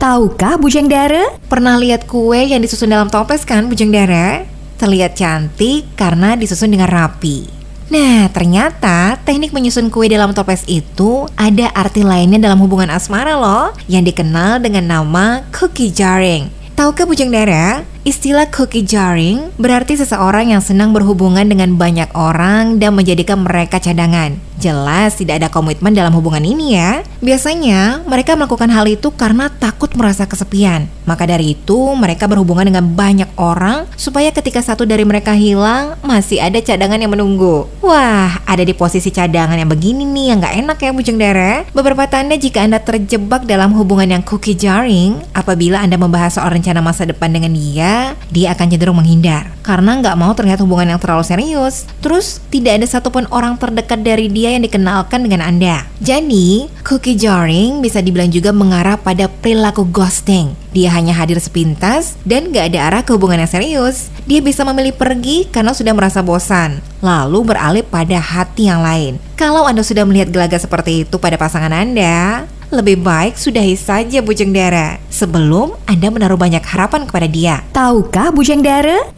Tahukah Bujang Dara? Pernah lihat kue yang disusun dalam toples kan Bujang Dara? Terlihat cantik karena disusun dengan rapi. Nah, ternyata teknik menyusun kue dalam toples itu ada arti lainnya dalam hubungan asmara loh, yang dikenal dengan nama cookie jarring. Tahukah Bujang Dara? Istilah cookie jarring berarti seseorang yang senang berhubungan dengan banyak orang dan menjadikan mereka cadangan. Jelas tidak ada komitmen dalam hubungan ini ya. Biasanya mereka melakukan hal itu karena takut merasa kesepian. Maka dari itu mereka berhubungan dengan banyak orang supaya ketika satu dari mereka hilang masih ada cadangan yang menunggu. Wah, ada di posisi cadangan yang begini nih yang gak enak ya Bujang Dara. Beberapa tanda jika Anda terjebak dalam hubungan yang cookie jarring. Apabila Anda membahas soal rencana masa depan dengan dia akan cenderung menghindar karena nggak mau terlihat hubungan yang terlalu serius. Terus tidak ada satupun orang terdekat dari dia yang dikenalkan dengan Anda. Jadi cookie jarring bisa dibilang juga mengarah pada perilaku ghosting. Dia hanya hadir sepintas dan nggak ada arah ke hubungan yang serius. Dia bisa memilih pergi karena sudah merasa bosan, lalu beralih pada hati yang lain. Kalau Anda sudah melihat gelagat seperti itu pada pasangan Anda, lebih baik sudahi saja Bujang Dara sebelum Anda menaruh banyak harapan kepada dia. Tahukah Bujang Dara?